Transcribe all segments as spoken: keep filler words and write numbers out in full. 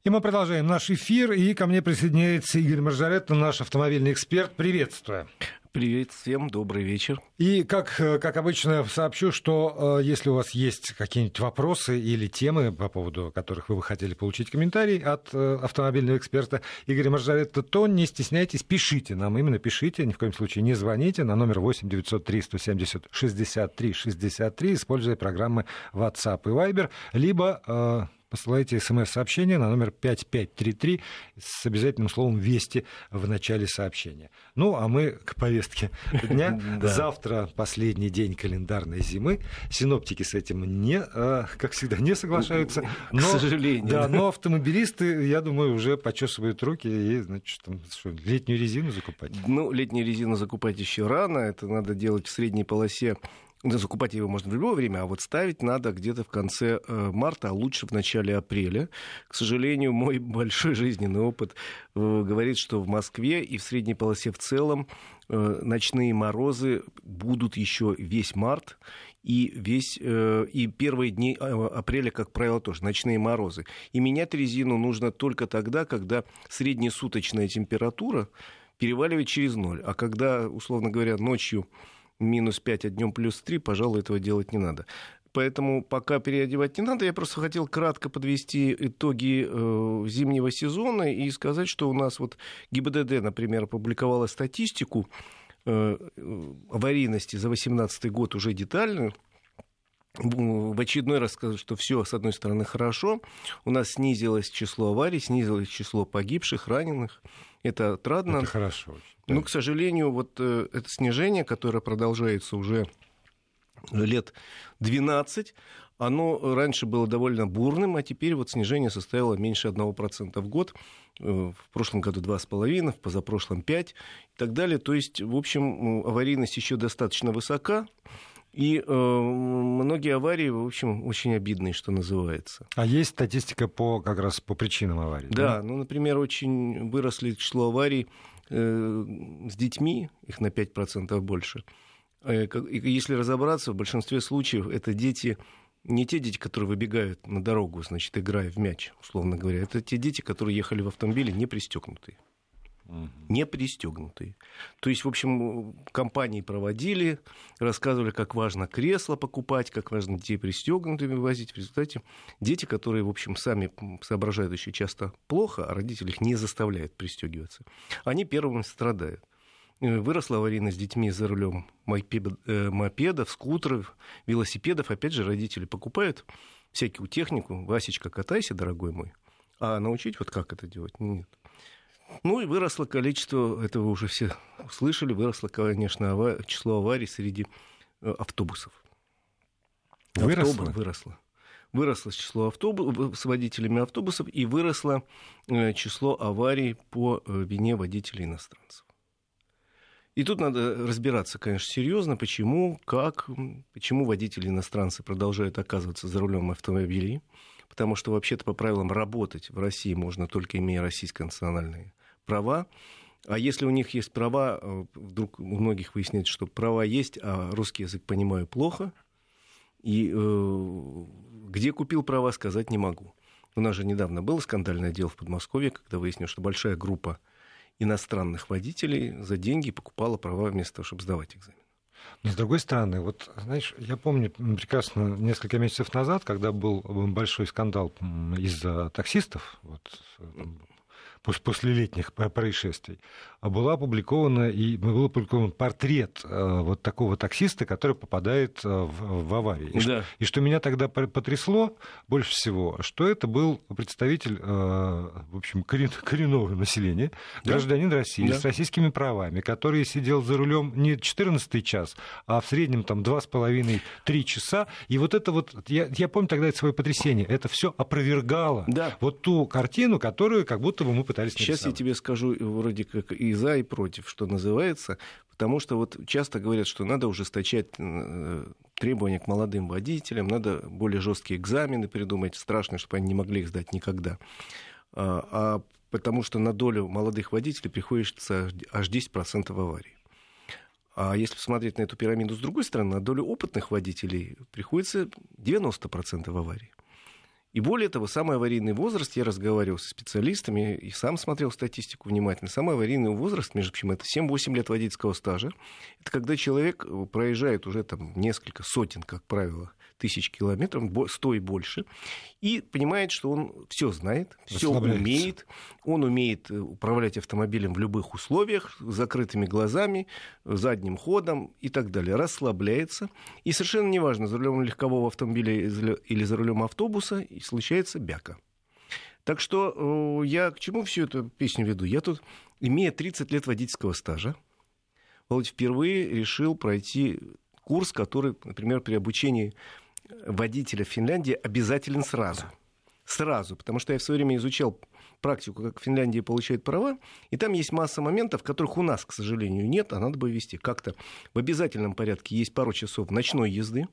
И мы продолжаем наш эфир, и ко мне присоединяется Игорь Маржаретто, наш автомобильный эксперт. Приветствую. Привет всем, добрый вечер. И, как, как обычно, сообщу, что э, если у вас есть какие-нибудь вопросы или темы, по поводу которых вы бы хотели получить комментарий от э, автомобильного эксперта Игоря Маржаретто, то не стесняйтесь, пишите нам, именно пишите, ни в коем случае не звоните на номер восемь девятьсот три сто семьдесят шестьдесят три шестьдесят три, используя программы WhatsApp и Viber, либо... Э, посылайте смс-сообщение на номер пять пять три три с обязательным словом «Вести» в начале сообщения. Ну, а мы к повестке дня. Завтра последний день календарной зимы. Синоптики с этим, не, как всегда, не соглашаются. Но, к сожалению. Да, но автомобилисты, я думаю, уже почесывают руки и, значит, там, что, летнюю резину закупать. Ну, летнюю резину закупать еще рано. Это надо делать в средней полосе. Да, закупать его можно в любое время, а вот ставить надо где-то в конце марта, а лучше в начале апреля. К сожалению, мой большой жизненный опыт э, говорит, что в Москве и в средней полосе в целом э, ночные морозы будут еще весь март и, весь, э, и первые дни апреля, как правило, тоже ночные морозы. И менять резину нужно только тогда, когда среднесуточная температура переваливает через ноль. А когда, условно говоря, ночью минус пять, а днем плюс три, пожалуй, этого делать не надо. Поэтому пока переодевать не надо. Я просто хотел кратко подвести итоги э, зимнего сезона и сказать, что у нас вот ГИБДД, например, опубликовала статистику э, аварийности за две тысячи восемнадцатый год уже детальную. В очередной раз скажу, что все, с одной стороны, хорошо. У нас снизилось число аварий, снизилось число погибших, раненых. Это отрадно. Это хорошо. Да. Но, к сожалению, вот э, это снижение, которое продолжается уже лет двенадцать, оно раньше было довольно бурным, а теперь вот снижение составило меньше одного процента в год. В прошлом году два с половиной, в позапрошлом пять и так далее. То есть, в общем, аварийность еще достаточно высока. И э, многие аварии, в общем, очень обидные, что называется. А есть статистика по, как раз по причинам аварий? Да, да? Ну, например, очень выросли число аварий э, с детьми, их на пять процентов больше. Э, и если разобраться, в большинстве случаев это дети, не те дети, которые выбегают на дорогу, значит, играя в мяч, условно говоря. Это те дети, которые ехали в автомобиле не пристегнутые. Не пристегнутые. То есть, в общем, компании проводили, рассказывали, как важно кресло покупать, как важно детей пристегнутыми возить. В результате дети, которые, в общем, сами соображают еще часто плохо, а родители их не заставляют пристегиваться, они первыми страдают. Выросла аварийность с детьми за рулем мопедов, скутеров, велосипедов. Опять же, родители покупают всякую технику. Васечка, катайся, дорогой мой. А научить вот как это делать? Нет. Ну и выросло количество, это вы уже все услышали, выросло, конечно, ава- число аварий среди э, автобусов. Выросло? Автобус, выросло. Выросло число автобусов с водителями автобусов и выросло э, число аварий по э, вине водителей иностранцев. И тут надо разбираться, конечно, серьезно, почему, как, почему водители иностранцы продолжают оказываться за рулем автомобилей. Потому что вообще-то по правилам работать в России можно только имея российские национальные права. А если у них есть права, вдруг у многих выясняется, что права есть, а русский язык понимаю плохо. И э, где купил права, сказать не могу. У нас же недавно было скандальное дело в Подмосковье, когда выяснилось, что большая группа иностранных водителей за деньги покупала права вместо того, чтобы сдавать экзамен. Но, с другой стороны, вот, знаешь, я помню прекрасно несколько месяцев назад, когда был большой скандал из-за таксистов, вот, после летних происшествий, была опубликована и был опубликован портрет вот такого таксиста, который попадает в, в аварию. И, да. что, и что меня тогда потрясло больше всего, что это был представитель, в общем, коренного населения, да. гражданин России, да. с российскими правами, который сидел за рулем не четырнадцатый час, а в среднем там два с половиной - три часа. И вот это вот, я, я помню тогда это свое потрясение, это все опровергало да. вот ту картину, которую как будто бы мы пытались нарисовать. Сейчас я тебе скажу вроде как и за, и против, что называется, потому что вот часто говорят, что надо ужесточать требования к молодым водителям, надо более жесткие экзамены придумать, страшно, чтобы они не могли их сдать никогда. А, а потому что на долю молодых водителей приходится аж десять процентов аварий. А если посмотреть на эту пирамиду с другой стороны, на долю опытных водителей приходится девяносто процентов аварий. И более того, самый аварийный возраст, я разговаривал со специалистами и сам смотрел статистику внимательно, самый аварийный возраст, между прочим, это семь-восемь лет водительского стажа. Это когда человек проезжает уже там несколько сотен, как правило, тысяч километров, сто и больше, и понимает, что он все знает, все умеет, он умеет управлять автомобилем в любых условиях, с закрытыми глазами, задним ходом и так далее, расслабляется, и совершенно неважно, за рулем легкового автомобиля или за рулем автобуса, и случается бяка. Так что я к чему всю эту песню веду? Я тут, имея тридцать лет водительского стажа, Володь, впервые решил пройти курс, который, например, при обучении водителя в Финляндии обязателен сразу. Сразу, потому что я в свое время изучал практику, как в Финляндии получают права, и там есть масса моментов, которых у нас, к сожалению, нет, а надо бы ввести. Как-то в обязательном порядке есть пару часов ночной езды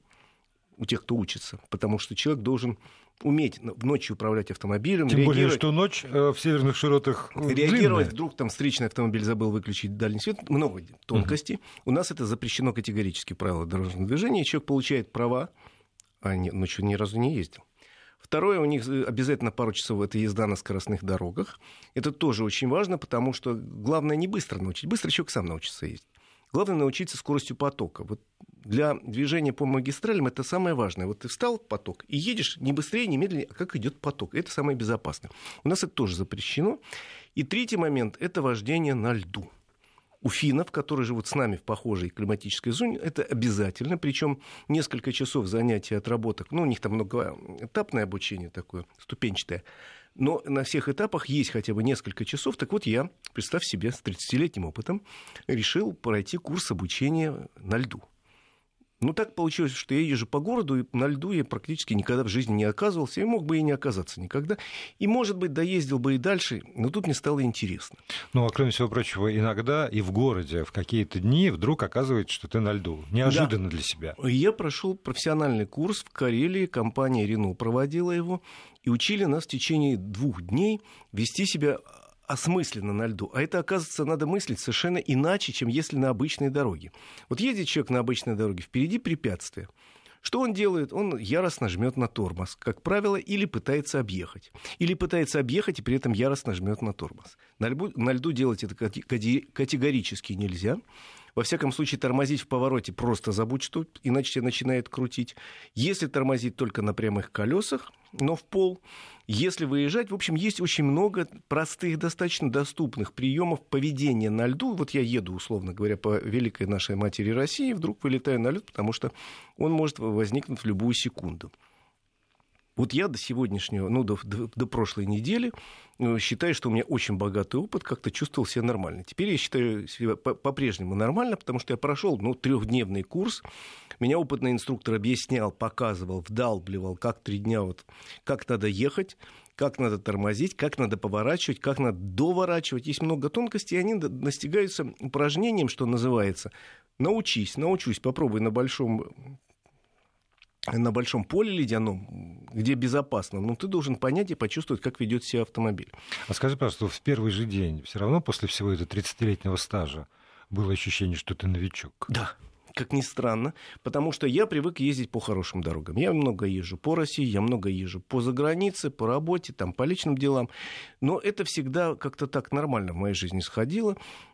у тех, кто учится, потому что человек должен уметь ночью управлять автомобилем. Тем более, что ночь в северных широтах реагировать, длинная. Вдруг там встречный автомобиль забыл выключить дальний свет. Много тонкостей. Uh-huh. У нас это запрещено категорически, правила дорожного движения. Человек получает права, а не, ночью ни разу не ездил. Второе, у них обязательно пару часов это езда на скоростных дорогах. Это тоже очень важно, потому что главное не быстро научить. Быстро человек сам научится ездить. Главное научиться скоростью потока. Вот для движения по магистралям это самое важное. Вот ты встал в поток и едешь не быстрее, не медленнее, а как идет поток. Это самое безопасное. У нас это тоже запрещено. И третий момент – это вождение на льду. У финнов, которые живут с нами в похожей климатической зоне, это обязательно. Причем несколько часов занятий, отработок. Ну, у них там многоэтапное обучение такое, ступенчатое. Но на всех этапах есть хотя бы несколько часов. Так вот я, представь себе, с тридцатилетним опытом решил пройти курс обучения на льду. Ну, так получилось, что я езжу по городу, и на льду я практически никогда в жизни не оказывался, и мог бы и не оказаться никогда. И, может быть, доездил бы и дальше, но тут мне стало интересно. Ну, а кроме всего прочего, иногда и в городе в какие-то дни вдруг оказывается, что ты на льду. Неожиданно да. для себя. Я прошел профессиональный курс в Карелии, компания «Рено» проводила его, и учили нас в течение двух дней вести себя осмысленно на льду. А это, оказывается, надо мыслить совершенно иначе, чем если на обычной дороге. Вот едет человек на обычной дороге, впереди препятствие. Что он делает? Он яростно жмет на тормоз, как правило, или пытается объехать. Или пытается объехать и при этом яростно жмет на тормоз. На льду, на льду делать это категорически нельзя. Во всяком случае, тормозить в повороте просто забудь, что иначе тебя начинает крутить. Если тормозить только на прямых колесах, но в пол. Если выезжать, в общем, есть очень много простых, достаточно доступных приемов поведения на льду. Вот я еду, условно говоря, по великой нашей матери России, вдруг вылетаю на лед, потому что он может возникнуть в любую секунду. Вот я до сегодняшнего, ну, до, до, до прошлой недели считаю, что у меня очень богатый опыт, как-то чувствовал себя нормально. Теперь я считаю себя по-прежнему нормально, потому что я прошел, ну, трехдневный курс. Меня опытный инструктор объяснял, показывал, вдалбливал, как три дня, вот, как надо ехать, как надо тормозить, как надо поворачивать, как надо доворачивать. Есть много тонкостей, и они достигаются упражнением, что называется. Научись, научусь, попробуй на большом... на большом поле ледяном, где безопасно, но ты должен понять и почувствовать, как ведет себя автомобиль. А скажи, пожалуйста, в первый же день все равно после всего этого тридцатилетнего стажа было ощущение, что ты новичок? Да, как ни странно, потому что я привык ездить по хорошим дорогам. Я много езжу по России, я много езжу по загранице, по работе, там, по личным делам, но это всегда как-то так нормально в моей жизни сходило.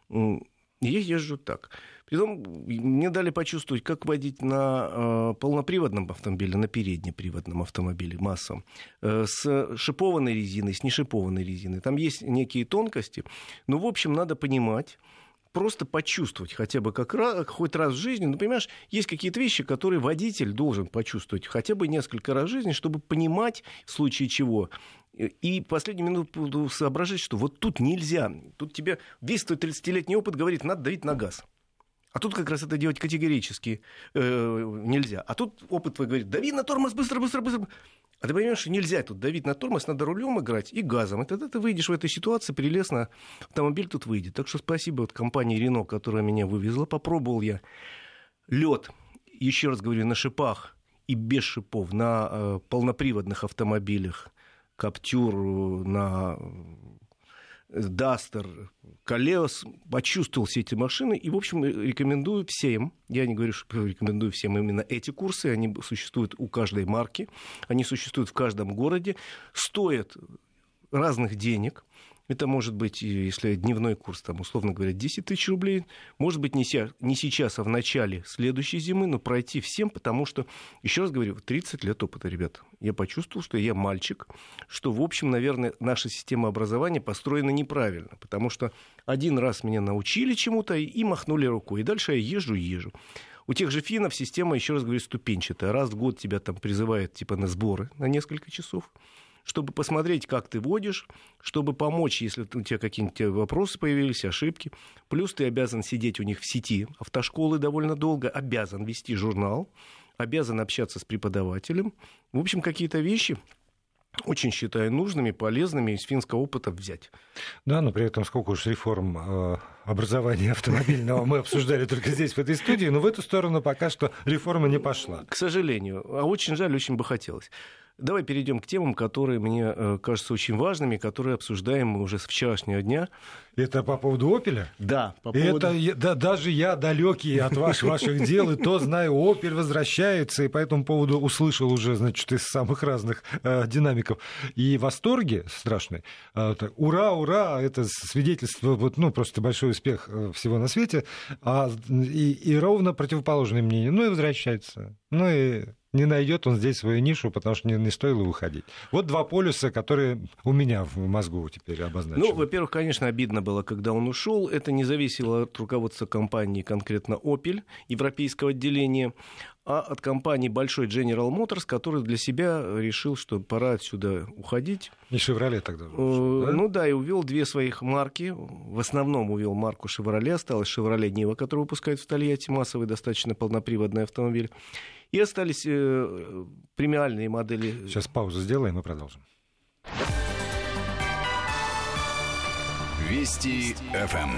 Я езжу так. Притом мне дали почувствовать, как водить на э, полноприводном автомобиле, на переднеприводном автомобиле массовом, э, с шипованной резиной, с нешипованной резиной. Там есть некие тонкости, но, в общем, надо понимать, просто почувствовать хотя бы как раз, хоть раз в жизни. Ну, понимаешь, есть какие-то вещи, которые водитель должен почувствовать хотя бы несколько раз в жизни, чтобы понимать, в случае чего... И последнюю минуту соображать, что вот тут нельзя. Тут тебе весь твой тридцатилетний опыт говорит, надо давить на газ. А тут как раз это делать категорически э, нельзя. А тут опыт твой говорит, дави на тормоз, быстро, быстро, быстро. А ты понимаешь, что нельзя тут давить на тормоз, надо рулем играть и газом. И тогда ты выйдешь в этой ситуации, прелестно, автомобиль тут выйдет. Так что спасибо вот компании «Рено», которая меня вывезла. Попробовал я лед, еще раз говорю, на шипах и без шипов, на э, полноприводных автомобилях. Каптюр, на Дастер, колес, почувствовал все эти машины. И, в общем, рекомендую всем, я не говорю, что рекомендую всем именно эти курсы, они существуют у каждой марки, они существуют в каждом городе, стоят разных денег. Это может быть, если дневной курс, там, условно говоря, десять тысяч рублей. Может быть, не, ся, не сейчас, а в начале следующей зимы, но пройти всем, потому что, еще раз говорю, тридцать лет опыта, ребята. Я почувствовал, что я мальчик, что, в общем, наверное, наша система образования построена неправильно, потому что один раз меня научили чему-то и махнули рукой, и дальше я езжу и езжу. У тех же финнов система, еще раз говорю, ступенчатая. Раз в год тебя там призывают типа на сборы на несколько часов, чтобы посмотреть, как ты водишь, чтобы помочь, если у тебя какие-нибудь вопросы появились, ошибки. Плюс ты обязан сидеть у них в сети автошколы довольно долго, обязан вести журнал, обязан общаться с преподавателем. В общем, какие-то вещи очень считаю нужными, полезными из финского опыта взять. Да, но при этом сколько уж реформ э, образования автомобильного мы обсуждали только здесь, в этой студии, но в эту сторону пока что реформа не пошла. К сожалению. А очень жаль, очень бы хотелось. Давай перейдем к темам, которые мне э, кажутся очень важными, которые обсуждаем мы уже с вчерашнего дня. Это по поводу «Опеля»? Да, по поводу... Это да, даже я, далекий от ваш, ваших дел, и то знаю, «Опель» возвращается, и по этому поводу услышал уже, значит, из самых разных э, динамиков. И восторги страшные. Э, так, ура, ура, это свидетельство, вот, ну, просто большой успех всего на свете. А, и, и ровно противоположное мнение. Ну и возвращается. Ну и... не найдет он здесь свою нишу, потому что не, не стоило выходить. Вот два полюса, которые у меня в мозгу теперь обозначены. Ну, во-первых, конечно, обидно было, когда он ушел. Это не зависело от руководства компании, конкретно «Опель», европейского отделения, а от компании большой General Motors, который для себя решил, что пора отсюда уходить. Не «Шевроле» тогда? Ушел, да? Ну да, и увел две своих марки. В основном увел марку «Шевроле». Осталась «Шевроле Нива», которую выпускают в Тольятти, массовый, достаточно полноприводный автомобиль. И остались э, премиальные модели. Сейчас паузу сделаем и продолжим. Вести эф эм.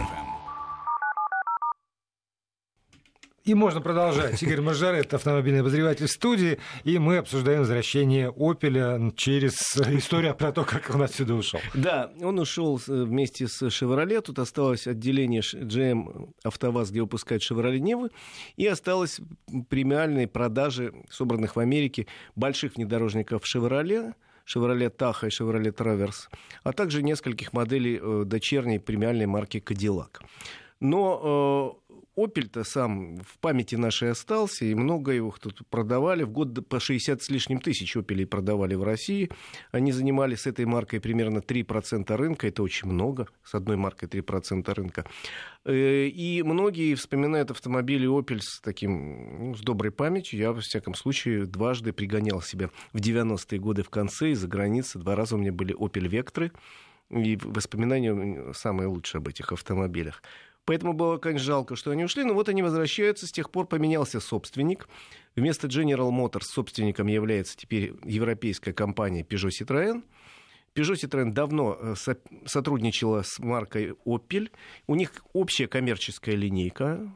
И можно продолжать. Игорь Маржарет, автомобильный обозреватель в студии, и мы обсуждаем возвращение «Опеля» через историю про то, как он отсюда ушел. Да, он ушел вместе с «Шевроле». Тут осталось отделение джи эм «АвтоВАЗ», где выпускают «Шевроле Нивы», и осталось премиальные продажи, собранных в Америке, больших внедорожников «Шевроле», «Шевроле Таха» и «Шевроле Траверс», а также нескольких моделей дочерней премиальной марки «Кадиллак». Но «Опель»-то сам в памяти нашей остался, и много его тут продавали. В год по шестьдесят с лишним тысяч «Опелей» продавали в России. Они занимали с этой маркой примерно три процента рынка. Это очень много, с одной маркой три процента рынка. И многие вспоминают автомобили «Опель» с таким, ну, с доброй памятью. Я, во всяком случае, дважды пригонял себя в девяностые годы в конце из-за границы. Два раза у меня были «Опель Вектры». И воспоминания самые лучшие об этих автомобилях. Поэтому было, конечно, жалко, что они ушли, но вот они возвращаются. С тех пор поменялся собственник. Вместо General Motors собственником является теперь европейская компания Peugeot Citroën. Peugeot Citroën давно со- сотрудничала с маркой Opel. У них общая коммерческая линейка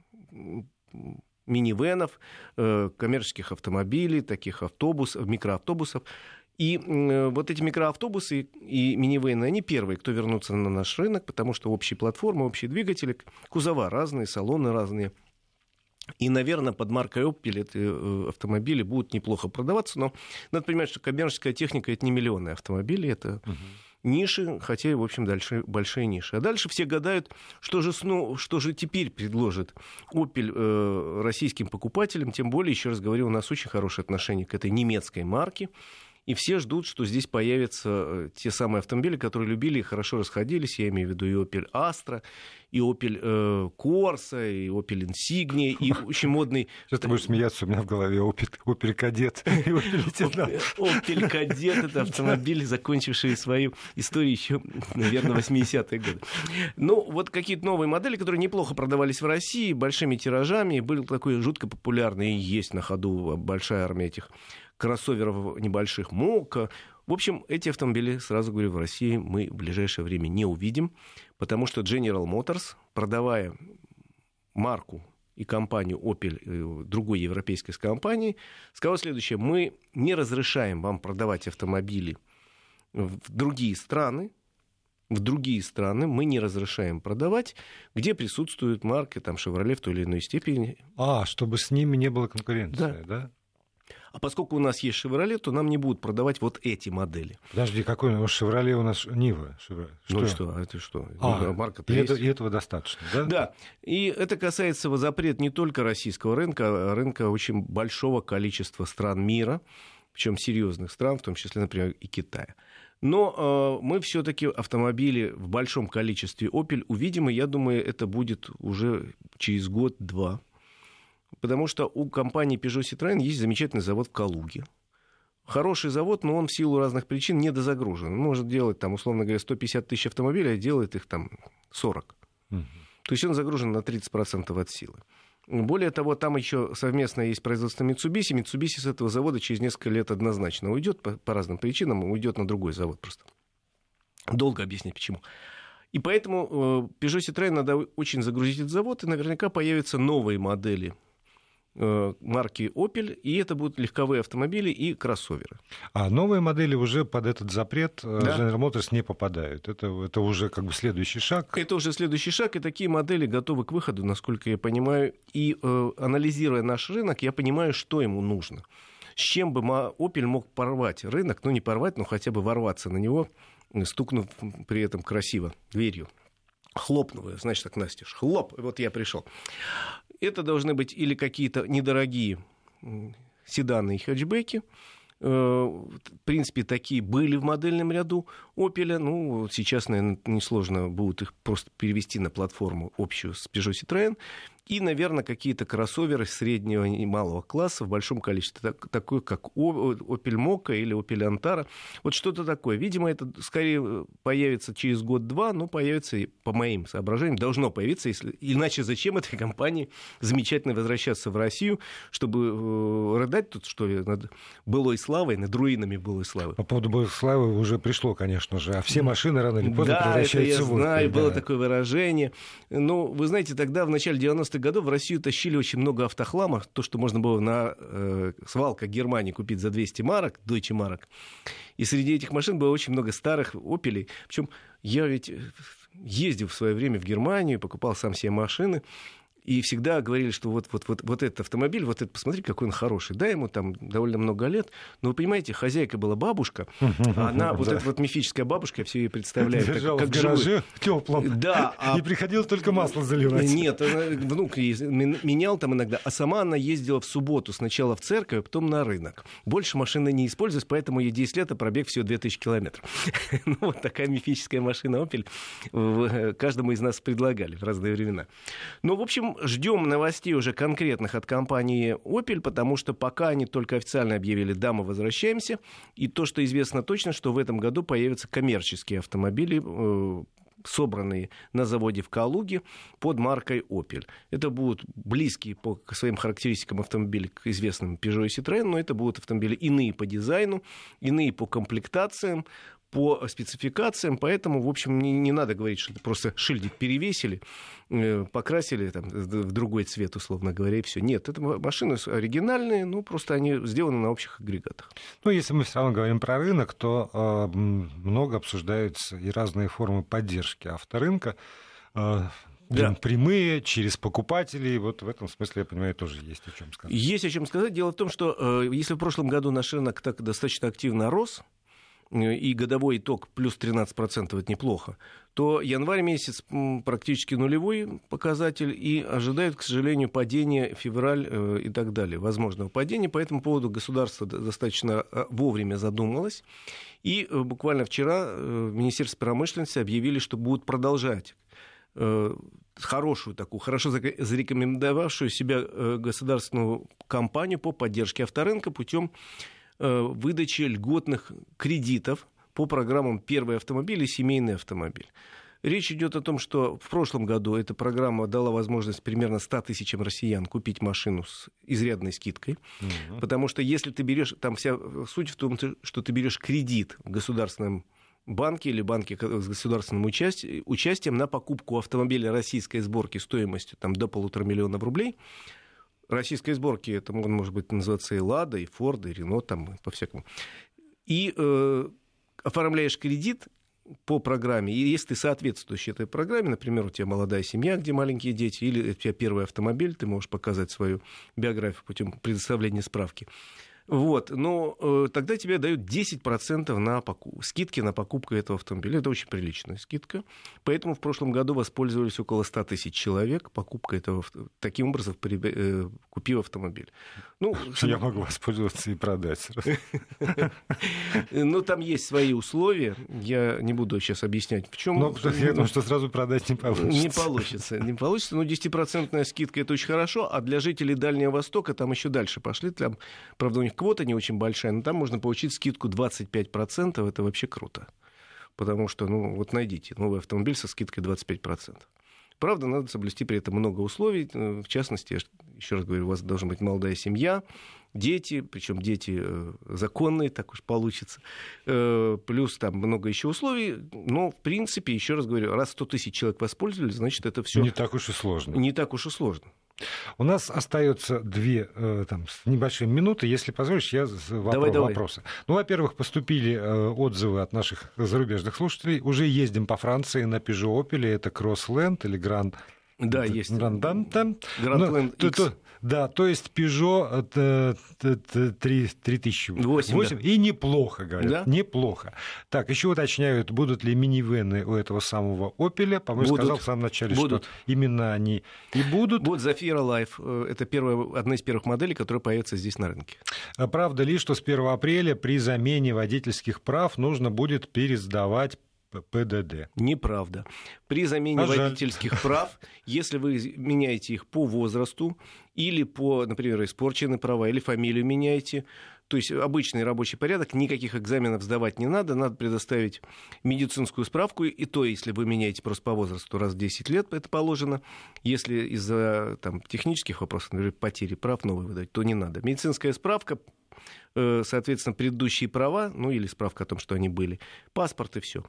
минивенов, э, коммерческих автомобилей, таких автобусов, микроавтобусов. И э, вот эти микроавтобусы и минивэны, они первые, кто вернутся на наш рынок, потому что общие платформы, общие двигатели, кузова разные, салоны разные. И, наверное, под маркой Opel эти э, автомобили будут неплохо продаваться, но надо понимать, что коммерческая техника — это не миллионы автомобилей, это uh-huh. ниши, хотя и, в общем, дальше большие ниши. А дальше все гадают, что же, сну, что же теперь предложит Opel э, российским покупателям, тем более, еще раз говорю, у нас очень хорошие отношения к этой немецкой марке. И все ждут, что здесь появятся те самые автомобили, которые любили и хорошо расходились. Я имею в виду и Opel Astra, и Opel э, Corsa, и Opel Insignia, и очень модный... Сейчас ты будешь смеяться, у меня в голове Opel, Opel Kadett и Opel Лейтенант. Opel Kadett — это автомобили, закончившие свою историю еще, наверное, восьмидесятые годы. Ну, вот какие-то новые модели, которые неплохо продавались в России, большими тиражами, и был такой жутко популярный, и есть на ходу большая армия этих кроссоверов небольших, Мока. В общем, эти автомобили, сразу говорю, в России мы в ближайшее время не увидим, потому что General Motors, продавая марку и компанию Opel другой европейской компании, сказал следующее: мы не разрешаем вам продавать автомобили в другие страны, в другие страны мы не разрешаем продавать, где присутствуют марки там Chevrolet в той или иной степени. А, чтобы с ними не было конкуренции, да? да? А поскольку у нас есть Chevrolet, то нам не будут продавать вот эти модели. Подожди, какой у нас Chevrolet, у нас Нива? Что? Ну что, а это что? А, марка-то и, это, и этого достаточно, да? Да, и это касается запрет не только российского рынка, а рынка очень большого количества стран мира, причем серьезных стран, в том числе, например, и Китая. Но э, мы все-таки автомобили в большом количестве Opel увидим, и я думаю, это будет уже через год-два. Потому что у компании Peugeot Citroën есть замечательный завод в Калуге. Хороший завод, но он в силу разных причин недозагружен. Он может делать, там, условно говоря, сто пятьдесят тысяч автомобилей, а делает их там сорок. Mm-hmm. То есть он загружен на тридцать процентов от силы. Более того, там еще совместно есть производство Mitsubishi. Mitsubishi с этого завода через несколько лет однозначно уйдет по, по разным причинам, уйдет на другой завод просто. Долго объяснить почему. И поэтому э, Peugeot Citroën надо очень загрузить этот завод, и наверняка появятся новые модели марки Opel, и это будут легковые автомобили и кроссоверы. А новые модели уже под этот запрет да. General Motors не попадают. Это, это уже как бы следующий шаг. Это уже следующий шаг, и такие модели готовы к выходу, насколько я понимаю. И э, анализируя наш рынок, я понимаю, что ему нужно. С чем бы Opel мог порвать рынок, ну не порвать, но хотя бы ворваться на него, стукнув при этом красиво дверью. Хлопнула, значит, так настежь. Хлоп, вот я пришел. Это должны быть или какие-то недорогие седаны и хэтчбеки. В принципе, такие были в модельном ряду Opel. Ну, сейчас, наверное, несложно будет их просто перевести на платформу общую с Peugeot Citroën. И, наверное, какие-то кроссоверы среднего и малого класса в большом количестве, такое как Opel Mokka или Opel Antara. Вот что-то такое. Видимо, это скорее появится через год-два, но появится, по моим соображениям, должно появиться. Если... Иначе зачем этой компании замечательно возвращаться в Россию, чтобы рыдать тут, что ли, над былой славой, над руинами былой славы? По поводу былой славы уже пришло, конечно же. А все машины рано или поздно да, превращаются это я в Opel. знаю, да. было такое выражение. Ну, вы знаете, тогда, в начале девяностых годов, в Россию тащили очень много автохлама, то, что можно было на э, свалках Германии купить за двести марок, Deutsche Mark. И среди этих машин было очень много старых Opel'ей. Причем я ведь ездил в свое время в Германию, покупал сам себе машины. И всегда говорили, что вот, вот, вот, вот этот автомобиль, вот этот, посмотри, какой он хороший. Да, ему там довольно много лет. Но вы понимаете, хозяйка была бабушка. Она, вот эта вот мифическая бабушка, я все ее представляю. Держала в гараже в теплом. Да. И приходила только масло заливать. Нет, внук менял там иногда. А сама она ездила в субботу сначала в церковь, а потом на рынок. Больше машины не использовалась, поэтому ей десять лет, а пробег всего две тысячи километров. Ну, вот такая мифическая машина Opel каждому из нас предлагали в разные времена. Ну, в общем, ждем новостей уже конкретных от компании Opel, потому что пока они только официально объявили «да, мы возвращаемся», и то, что известно точно, что в этом году появятся коммерческие автомобили, э, собранные на заводе в Калуге под маркой Opel. Это будут близкие по своим характеристикам автомобили к известным Peugeot и Citroën, но это будут автомобили иные по дизайну, иные по комплектациям, по спецификациям, поэтому, в общем, не, не надо говорить, что просто шильдик перевесили, э, покрасили там, в другой цвет, условно говоря, и все. Нет, это машины оригинальные, ну, просто они сделаны на общих агрегатах. Ну, если мы все равно говорим про рынок, то э, много обсуждаются и разные формы поддержки авторынка, э, да. Прямые, через покупателей. Вот в этом смысле, я понимаю, тоже есть о чем сказать. Есть о чем сказать. Дело в том, что э, если в прошлом году наш рынок так достаточно активно рос, и годовой итог плюс тринадцать процентов, это неплохо, то январь месяц практически нулевой показатель, и ожидают, к сожалению, падения, февраль и так далее, возможного падения. По этому поводу государство достаточно вовремя задумалось, и буквально вчера в Министерстве промышленности объявили, что будут продолжать хорошую такую, хорошо зарекомендовавшую себя государственную кампанию по поддержке авторынка путем выдачи льготных кредитов по программам «Первый автомобиль» и «Семейный автомобиль». Речь идет о том, что в прошлом году эта программа дала возможность примерно ста тысячам россиян купить машину с изрядной скидкой, угу. Потому что если ты берешь, там вся суть в том, что ты берешь кредит в государственном банке или банке с государственным участием, участием на покупку автомобиля российской сборки стоимостью там, до полутора миллионов рублей. Российской сборки, это может быть называться и «Лада», и «Форд», и «Рено», там, по-всякому. И э, оформляешь кредит, по программе, и если ты соответствуешь этой программе, например, у тебя молодая семья, где маленькие дети, или у тебя первый автомобиль, ты можешь показать свою биографию путем предоставления справки. Вот, но э, тогда тебе дают десять процентов на покуп... скидки на покупку этого автомобиля. Это очень приличная скидка. Поэтому в прошлом году воспользовались около ста тысяч человек покупкой этого, таким образом при... э, купив автомобиль. Ну, я могу воспользоваться и продать. Ну, там есть свои условия. Я не буду сейчас объяснять, в чем. Но я думаю, что сразу продать не получится. Не получится, не получится. Но десятипроцентная скидка — это очень хорошо. А для жителей Дальнего Востока там еще дальше пошли. Там, правда, у них квота не очень большая, но там можно получить скидку двадцать пять процентов. Это вообще круто. Потому что, ну, вот найдите новый автомобиль со скидкой двадцать пять процентов. Правда, надо соблюсти при этом много условий. В частности, еще раз говорю, у вас должна быть молодая семья, дети, причем дети законные, так уж получится. Плюс там много еще условий. Но, в принципе, еще раз говорю, раз сто тысяч человек воспользовались, значит, это все не так уж и сложно. Не так уж и сложно. У нас остается две там, небольшие минуты. Если позволишь, я вопро- давай, давай. вопросы. Ну, во-первых, поступили отзывы от наших зарубежных слушателей. Уже ездим по Франции на Peugeot Opel. Это Crossland или Grand... Да, есть. Grandland. Grandland ну, X. То, то, да, то есть Peugeot три тысячи восемь. Да. И неплохо, говорят. Да? Неплохо. Так, еще уточняют, будут ли минивены у этого самого Opel. По-моему, будут. Сказал в самом начале, будут. Что именно они и будут. Будут Zafira Life. Это первая, одна из первых моделей, которая появится здесь на рынке. А правда ли, что с первого апреля при замене водительских прав нужно будет пересдавать ПДД? Неправда. При замене а водительских жаль. прав, если вы меняете их по возрасту или по, например, испорчены права, или фамилию меняете, то есть обычный рабочий порядок, никаких экзаменов сдавать не надо, надо предоставить медицинскую справку, и то, если вы меняете просто по возрасту раз в десять лет, это положено. Если из-за там, технических вопросов, например, потери прав новые выдать, то не надо. Медицинская справка, соответственно, предыдущие права, ну или справка о том, что они были, паспорт и все.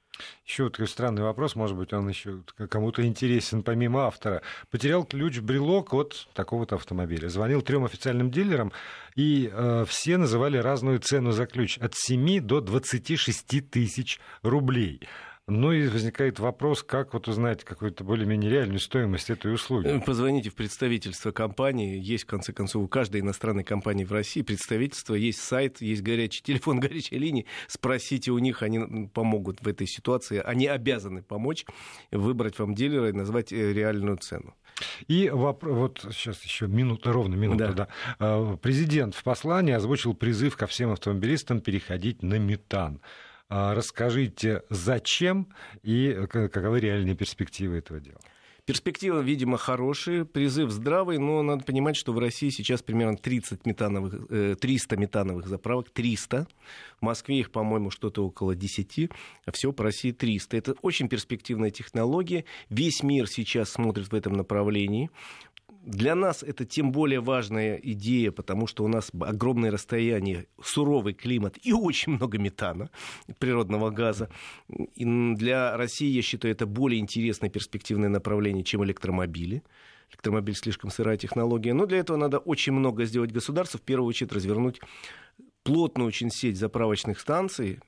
Еще вот такой странный вопрос, может быть, он еще кому-то интересен помимо автора. Потерял ключ-брелок от такого-то автомобиля. Звонил трем официальным дилерам, и э, все называли разную цену за ключ. От семи до двадцати шести тысяч рублей. Ну и возникает вопрос, как вот узнать какую-то более-менее реальную стоимость этой услуги. Позвоните в представительство компании. Есть, в конце концов, у каждой иностранной компании в России представительство, есть сайт, есть горячий телефон, горячая линия. Спросите у них, они помогут в этой ситуации. Они обязаны помочь выбрать вам дилера и назвать реальную цену. И вопрос, вот сейчас еще минута, ровно минута, да. Да. Президент в послании озвучил призыв ко всем автомобилистам переходить на метан. Расскажите, зачем и каковы реальные перспективы этого дела? Перспективы, видимо, хорошие, призыв здравый, но надо понимать, что в России сейчас примерно тридцать метановых, триста метановых заправок, триста. В Москве их, по-моему, что-то около десяти, а всего по России триста. Это очень перспективная технология. Весь мир сейчас смотрит в этом направлении. Для нас это тем более важная идея, потому что у нас огромное расстояние, суровый климат и очень много метана, природного газа. И для России, я считаю, это более интересное перспективное направление, чем электромобили. Электромобиль слишком сырая технология. Но для этого надо очень много сделать государству. В первую очередь развернуть плотную очень сеть заправочных станций,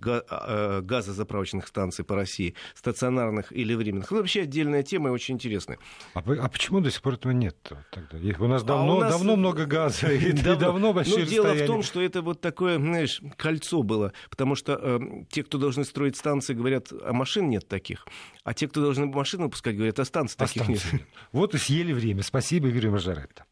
газозаправочных станций по России, стационарных или временных. Это вообще отдельная тема и очень интересная. А, а почему до сих пор этого нет тогда? У нас давно, а у нас... давно много газа и давно, давно большие расстояния. Дело в том, что это вот такое, знаешь, кольцо было. Потому что э, те, кто должны строить станции, говорят, а машин нет таких. А те, кто должны машины выпускать, говорят, а станций таких нет. нет. Вот и съели время. Спасибо, Игорь Маржаретто.